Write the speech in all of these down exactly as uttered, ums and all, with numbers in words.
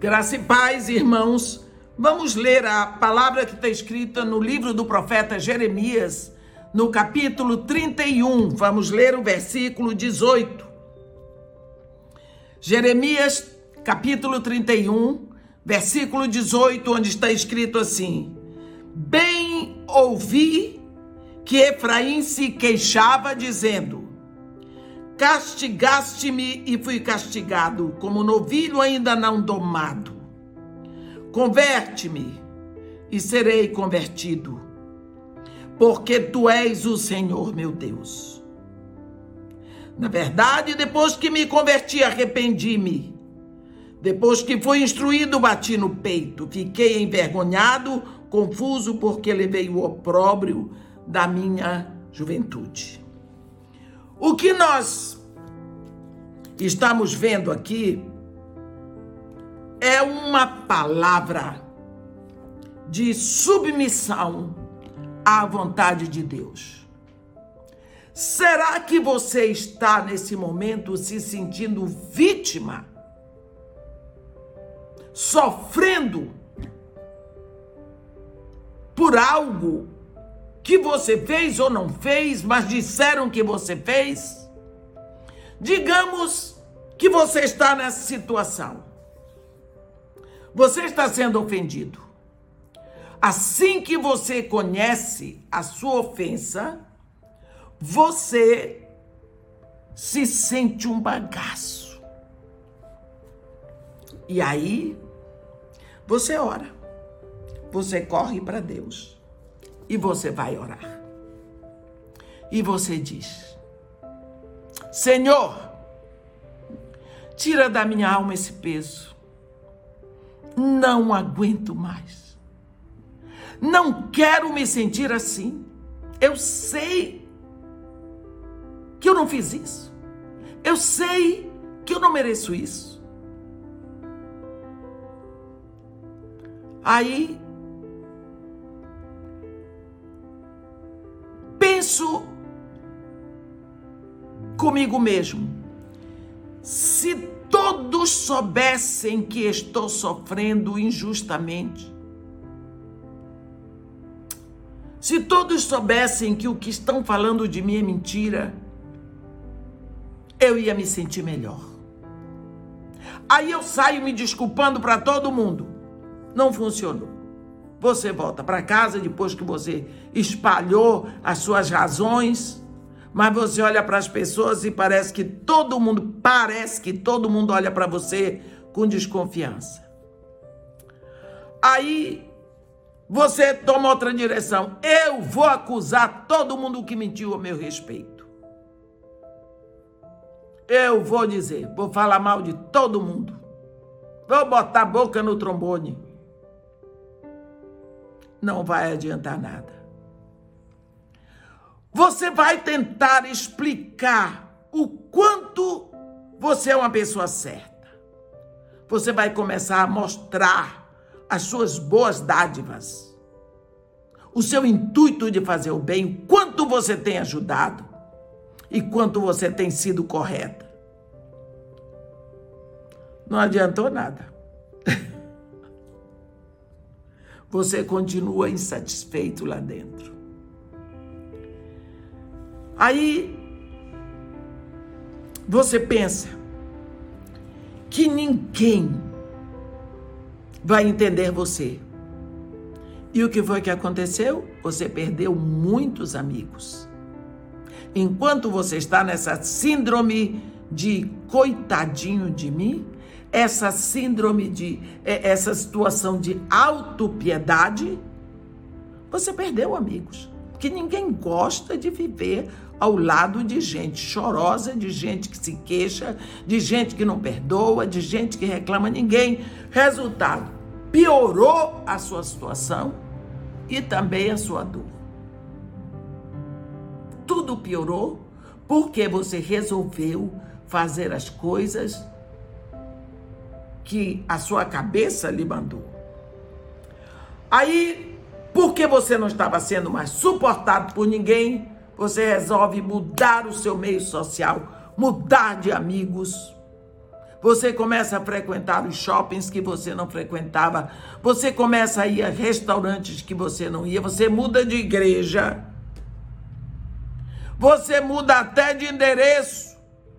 Graça e paz, irmãos. Vamos ler a palavra que está escrita no livro do profeta Jeremias, no capítulo trinta e um. Vamos ler o versículo dezoito. Jeremias, capítulo trinta e um, versículo dezoito, onde está escrito assim: Bem ouvi que Efraim se queixava, dizendo: Castigaste-me e fui castigado, como novilho ainda não domado. Converte-me e serei convertido, porque tu és o Senhor meu Deus. Na verdade, depois que me converti, arrependi-me. Depois que fui instruído, bati no peito. Fiquei envergonhado, confuso, porque levei o opróbrio da minha juventude. O que nós estamos vendo aqui é uma palavra de submissão à vontade de Deus. Será que você está nesse momento se sentindo vítima? Sofrendo por algo que você fez ou não fez, mas disseram que você fez? Digamos que você está nessa situação. Você está sendo ofendido. Assim que você conhece a sua ofensa, você se sente um bagaço. E aí, você ora. Você corre para Deus. E você vai orar. E você diz: Senhor, tira da minha alma esse peso. Não aguento mais. Não quero me sentir assim. Eu sei que eu não fiz isso. Eu sei que eu não mereço isso. Aí, penso comigo mesmo: se todos soubessem que estou sofrendo injustamente, se todos soubessem que o que estão falando de mim é mentira, eu ia me sentir melhor. Aí eu saio me desculpando para todo mundo. Não funcionou. Você volta para casa depois que você espalhou as suas razões, mas você olha para as pessoas e parece que todo mundo, parece que todo mundo olha para você com desconfiança. Aí você toma outra direção. Eu vou acusar todo mundo que mentiu a meu respeito. Eu vou dizer, vou falar mal de todo mundo. Vou botar a boca no trombone. Não vai adiantar nada. Você vai tentar explicar o quanto você é uma pessoa certa. Você vai começar a mostrar as suas boas dádivas, o seu intuito de fazer o bem, o quanto você tem ajudado e quanto você tem sido correta. Não adiantou nada. Você continua insatisfeito lá dentro. Aí, você pensa que ninguém vai entender você. E o que foi que aconteceu? Você perdeu muitos amigos. Enquanto você está nessa síndrome de coitadinho de mim, essa síndrome de, essa situação de autopiedade, você perdeu amigos. Porque ninguém gosta de viver ao lado de gente chorosa, de gente que se queixa, de gente que não perdoa, de gente que reclama. Ninguém. Resultado, piorou a sua situação e também a sua dor. Tudo piorou porque você resolveu fazer as coisas que a sua cabeça lhe mandou. Aí, porque você não estava sendo mais suportado por ninguém, você resolve mudar o seu meio social, mudar de amigos. Você começa a frequentar os shoppings que você não frequentava. Você começa a ir a restaurantes que você não ia. Você muda de igreja. Você muda até de endereço.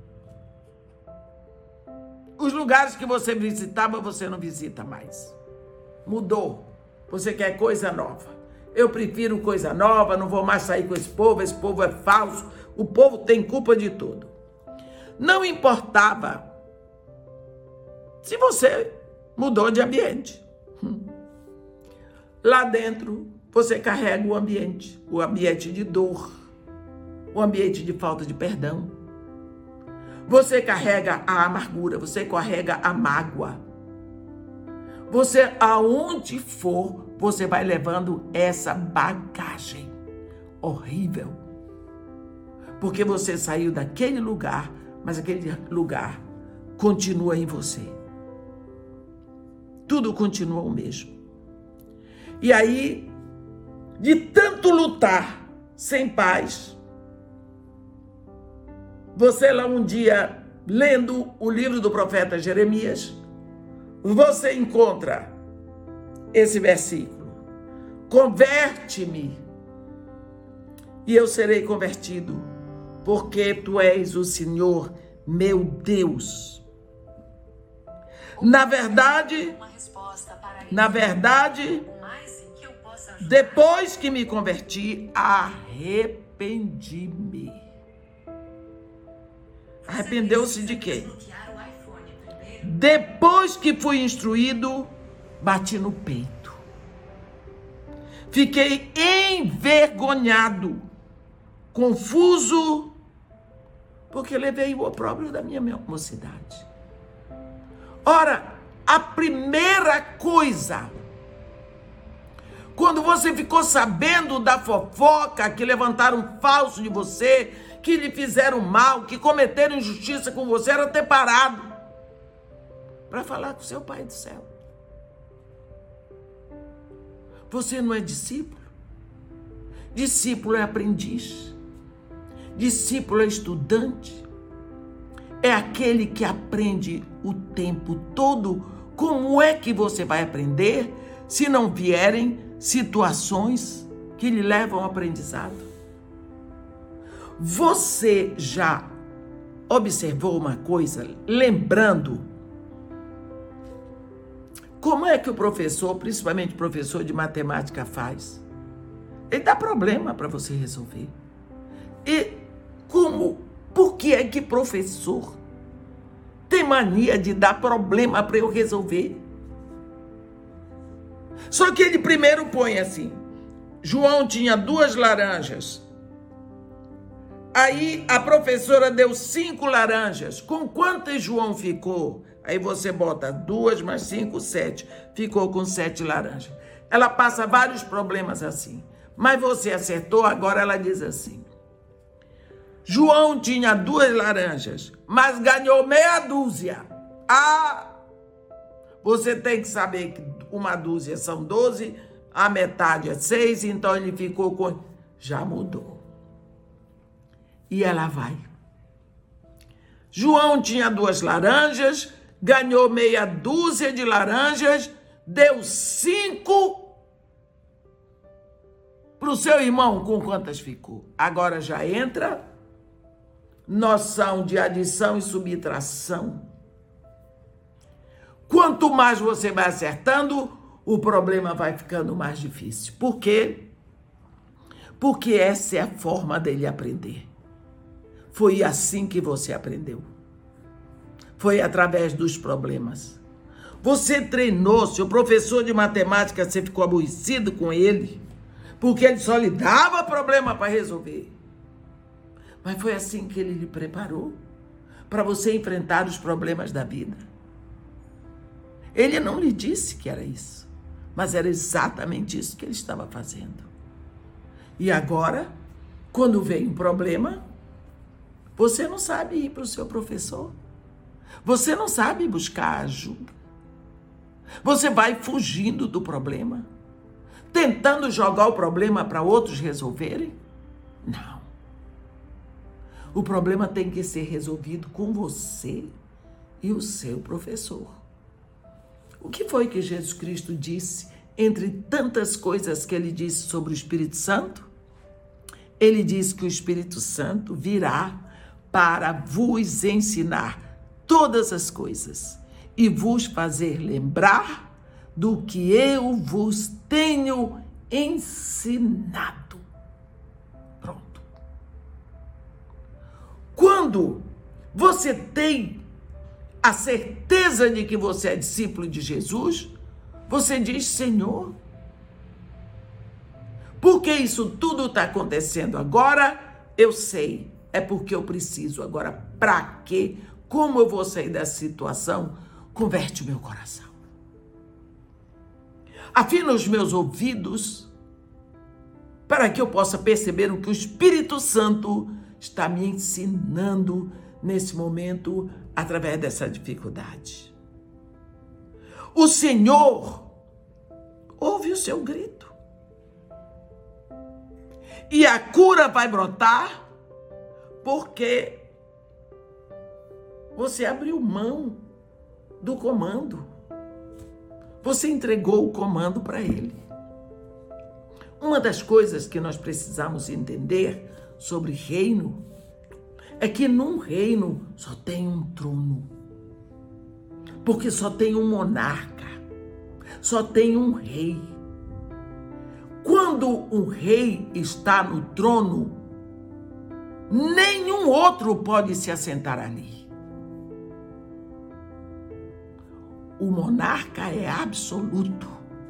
Os lugares que você visitava, você não visita mais. Mudou. Você quer coisa nova. Eu prefiro coisa nova, não vou mais sair com esse povo, esse povo é falso. O povo tem culpa de tudo. Não importava se você mudou de ambiente. Lá dentro, você carrega o ambiente, o ambiente de dor, o ambiente de falta de perdão. Você carrega a amargura, você carrega a mágoa. Você, aonde for, você vai levando essa bagagem horrível. Porque você saiu daquele lugar, mas aquele lugar continua em você. Tudo continua o mesmo. E aí, de tanto lutar sem paz, você lá um dia, lendo o livro do profeta Jeremias, você encontra esse versículo. Converte-me e eu serei convertido, porque tu és o Senhor, meu Deus. Na verdade, na verdade, depois que me converti, arrependi-me. Arrependeu-se de quê? Depois que fui instruído, bati no peito. Fiquei envergonhado, confuso, porque levei o opróbrio da minha mocidade. Ora, a primeira coisa, quando você ficou sabendo da fofoca, que levantaram falso de você, que lhe fizeram mal, que cometeram injustiça com você, era ter parado para falar com seu Pai do céu. Você não é discípulo? Discípulo é aprendiz. Discípulo é estudante. É aquele que aprende o tempo todo. Como é que você vai aprender se não vierem situações que lhe levam ao aprendizado? Você já observou uma coisa, lembrando como é que o professor, principalmente o professor de matemática, faz? Ele dá problema para você resolver. E como, por que é que professor tem mania de dar problema para eu resolver? Só que ele primeiro põe assim, João tinha duas laranjas. Aí a professora deu cinco laranjas. Com quantas João ficou? Aí você bota duas mais cinco, sete. Ficou com sete laranjas. Ela passa vários problemas assim. Mas você acertou, agora ela diz assim. João tinha duas laranjas, mas ganhou meia dúzia. Ah, você tem que saber que uma dúzia são doze, a metade é seis, então ele ficou com... Já mudou. E ela vai. João tinha duas laranjas, ganhou meia dúzia de laranjas, deu cinco para o seu irmão. Com quantas ficou? Agora já entra noção de adição e subtração. Quanto mais você vai acertando, o problema vai ficando mais difícil. Por quê? Porque essa é a forma dele aprender. Foi assim que você aprendeu. Foi através dos problemas. Você treinou, seu professor de matemática, você ficou aborrecido com ele, porque ele só lhe dava problema para resolver. Mas foi assim que ele lhe preparou para você enfrentar os problemas da vida. Ele não lhe disse que era isso, mas era exatamente isso que ele estava fazendo. E agora, quando vem um problema, você não sabe ir para o seu professor. Você não sabe buscar ajuda. Você vai fugindo do problema, tentando jogar o problema para outros resolverem. Não. O problema tem que ser resolvido com você e o seu professor. O que foi que Jesus Cristo disse, entre tantas coisas que ele disse sobre o Espírito Santo? Ele disse que o Espírito Santo virá para vos ensinar todas as coisas e vos fazer lembrar do que eu vos tenho ensinado. Pronto. Quando você tem a certeza de que você é discípulo de Jesus, você diz: Senhor, porque isso tudo está acontecendo agora, eu sei, é porque eu preciso. Agora, para quê? Como eu vou sair dessa situação? Converte o meu coração. Afina os meus ouvidos para que eu possa perceber o que o Espírito Santo está me ensinando nesse momento através dessa dificuldade. O Senhor ouve o seu grito. E a cura vai brotar porque você abriu mão do comando. Você entregou o comando para ele. Uma das coisas que nós precisamos entender sobre reino é que num reino só tem um trono. Porque só tem um monarca. Só tem um rei. Quando um rei está no trono, nenhum outro pode se assentar ali. O monarca é absoluto.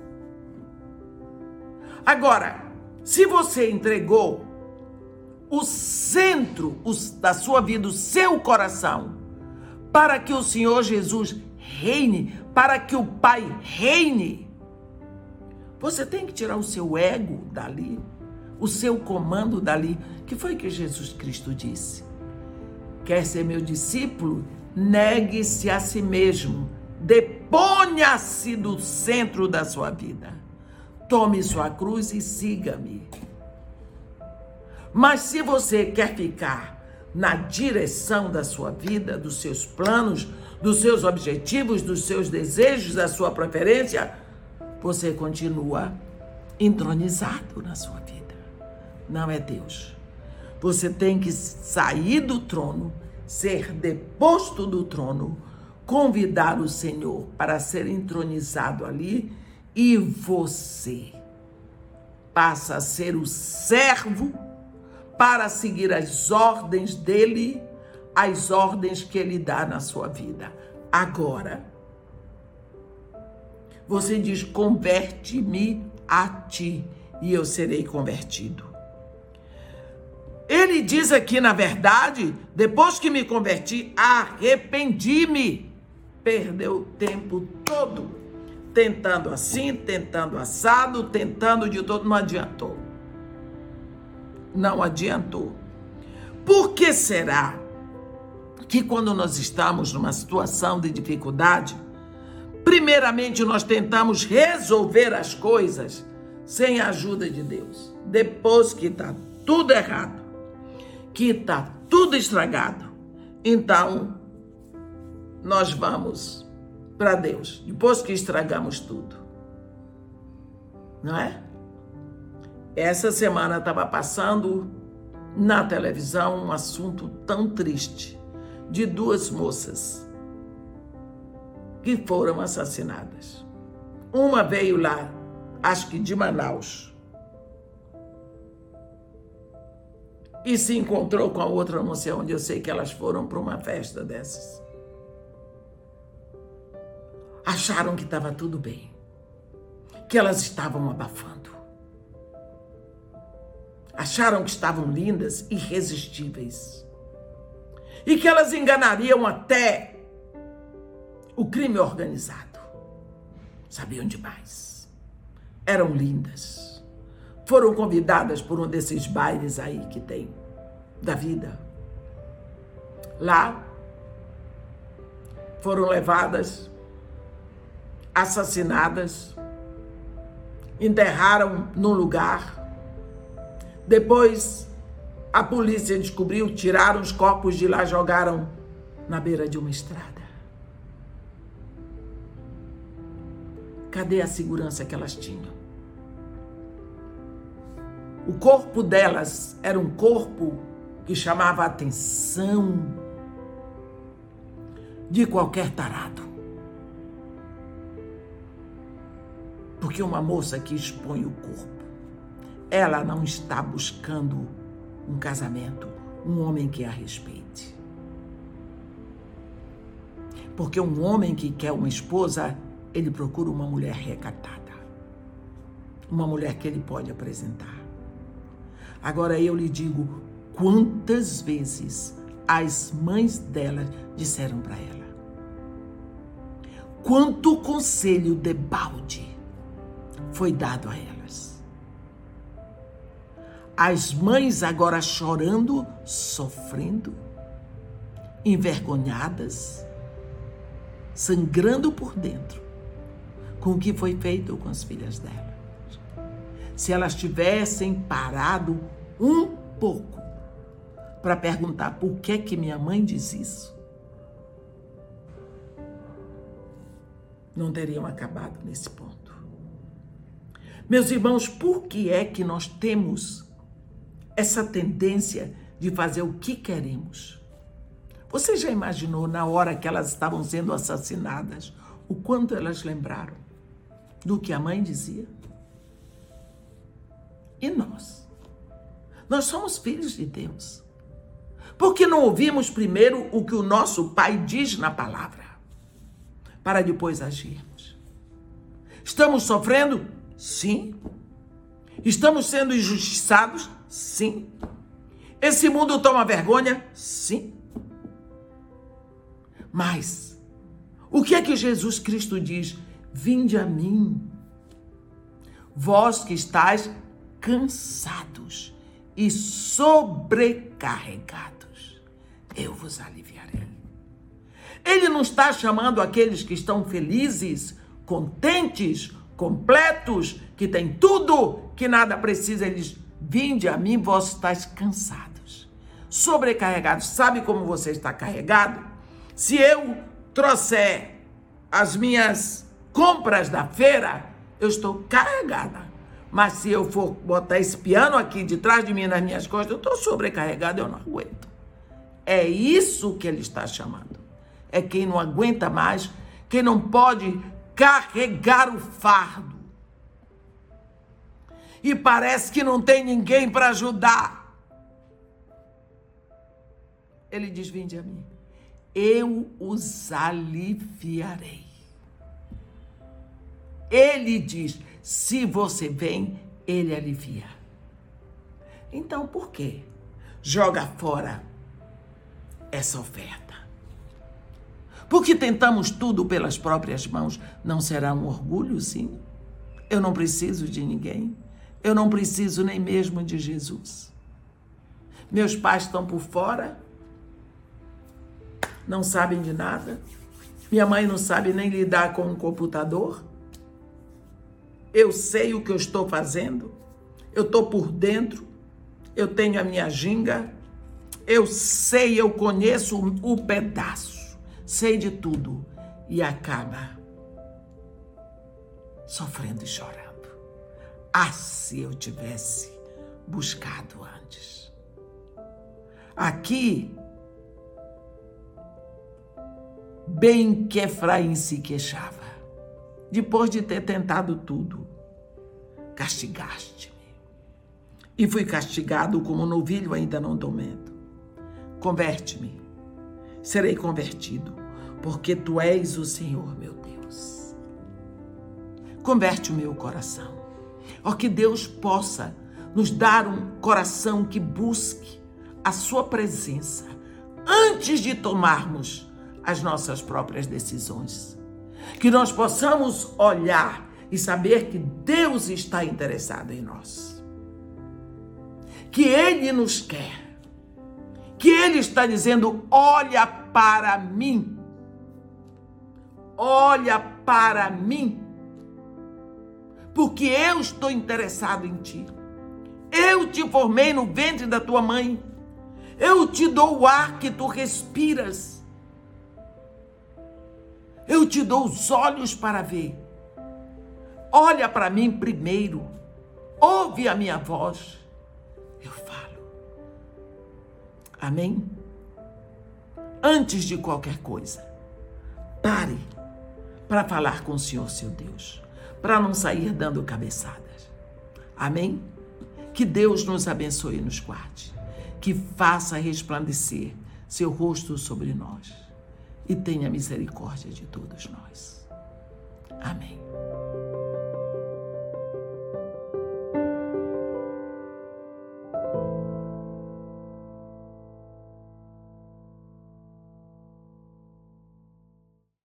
Agora, se você entregou o centro da sua vida, o seu coração, para que o Senhor Jesus reine, para que o Pai reine, você tem que tirar o seu ego dali, o seu comando dali, que foi que Jesus Cristo disse. Quer ser meu discípulo? Negue-se a si mesmo, deponha-se do centro da sua vida, tome sua cruz e siga-me. Mas se você quer ficar na direção da sua vida, dos seus planos, dos seus objetivos, dos seus desejos, da sua preferência, você continua entronizado na sua vida. Não é Deus. Você tem que sair do trono, ser deposto do trono, convidar o Senhor para ser entronizado ali, e você passa a ser o servo para seguir as ordens dele, as ordens que ele dá na sua vida. Agora, você diz: converte-me a ti e eu serei convertido. Ele diz aqui, na verdade, depois que me converti, arrependi-me. Perdeu o tempo todo, tentando assim, tentando assado, tentando de todo, não adiantou. Não adiantou. Por que será que quando nós estamos numa situação de dificuldade, primeiramente nós tentamos resolver as coisas sem a ajuda de Deus? Depois que está tudo errado, que está tudo estragado, então nós vamos para Deus, depois que estragamos tudo. Não é? Essa semana estava passando na televisão um assunto tão triste de duas moças que foram assassinadas. Uma veio lá, acho que de Manaus, e se encontrou com a outra, não sei onde, eu sei que elas foram para uma festa dessas. Acharam que estava tudo bem, que elas estavam abafando. Acharam que estavam lindas, irresistíveis, e que elas enganariam até o crime organizado. Sabiam demais. Eram lindas. Foram convidadas por um desses bailes aí que tem, da vida. Lá, foram levadas, assassinadas, enterraram num lugar. Depois, a polícia descobriu, tiraram os corpos de lá, jogaram na beira de uma estrada. Cadê a segurança que elas tinham? O corpo delas era um corpo que chamava a atenção de qualquer tarado. Porque uma moça que expõe o corpo, ela não está buscando um casamento, um homem que a respeite. Porque um homem que quer uma esposa, ele procura uma mulher recatada. Uma mulher que ele pode apresentar. Agora eu lhe digo, quantas vezes as mães dela disseram para ela? Quanto conselho de balde foi dado a elas? As mães agora chorando, sofrendo, envergonhadas, sangrando por dentro com o que foi feito com as filhas dela. Se elas tivessem parado um pouco para perguntar por que que minha mãe diz isso, não teriam acabado nesse ponto. Meus irmãos, por que é que nós temos essa tendência de fazer o que queremos? Você já imaginou na hora que elas estavam sendo assassinadas, o quanto elas lembraram do que a mãe dizia? E nós? Nós somos filhos de Deus. Por que não ouvimos primeiro o que o nosso Pai diz na palavra, para depois agirmos? Estamos sofrendo? Sim. Estamos sendo injustiçados? Sim. Esse mundo toma vergonha? Sim. Mas, o que é que Jesus Cristo diz? Vinde a mim, vós que estáis cansados e sobrecarregados, eu vos aliviarei. Ele não está chamando aqueles que estão felizes, contentes, completos, que têm tudo, que nada precisa. Ele diz, vinde a mim, vós estáis cansados, sobrecarregados. Sabe como você está carregado? Se eu trouxer as minhas compras da feira, eu estou carregada. Mas se eu for botar esse piano aqui de trás de mim, nas minhas costas, eu estou sobrecarregado, eu não aguento. É isso que ele está chamando. É quem não aguenta mais, quem não pode carregar o fardo. E parece que não tem ninguém para ajudar. Ele diz, vinde a mim, eu os aliviarei. Ele diz, se você vem, ele alivia. Então, por quê? Joga fora essa oferta. Porque tentamos tudo pelas próprias mãos. Não será um orgulho, sim? Eu não preciso de ninguém. Eu não preciso nem mesmo de Jesus. Meus pais estão por fora, não sabem de nada. Minha mãe não sabe nem lidar com um computador. Eu sei o que eu estou fazendo. Eu estou por dentro. Eu tenho a minha ginga. Eu sei, eu conheço o pedaço. Sei de tudo. E acaba sofrendo e chorando. Ah, se eu tivesse buscado antes. Aqui, bem que Efraim se queixava. Depois de ter tentado tudo, castigaste-me. E fui castigado como novilho ainda não domento. Converte-me, serei convertido, porque tu és o Senhor, meu Deus. Converte o meu coração. Ó, que Deus possa nos dar um coração que busque a sua presença antes de tomarmos as nossas próprias decisões. Que nós possamos olhar e saber que Deus está interessado em nós. Que Ele nos quer. Que Ele está dizendo, olha para mim. Olha para mim. Porque eu estou interessado em ti. Eu te formei no ventre da tua mãe. Eu te dou o ar que tu respiras. Eu te dou os olhos para ver. olha para mim primeiro, ouve a minha voz, eu falo. Amém? Antes de qualquer coisa, pare para falar com o Senhor, seu Deus, para não sair dando cabeçadas. Amém? Que Deus nos abençoe e nos guarde, que faça resplandecer seu rosto sobre nós e tenha misericórdia de todos nós. Amém.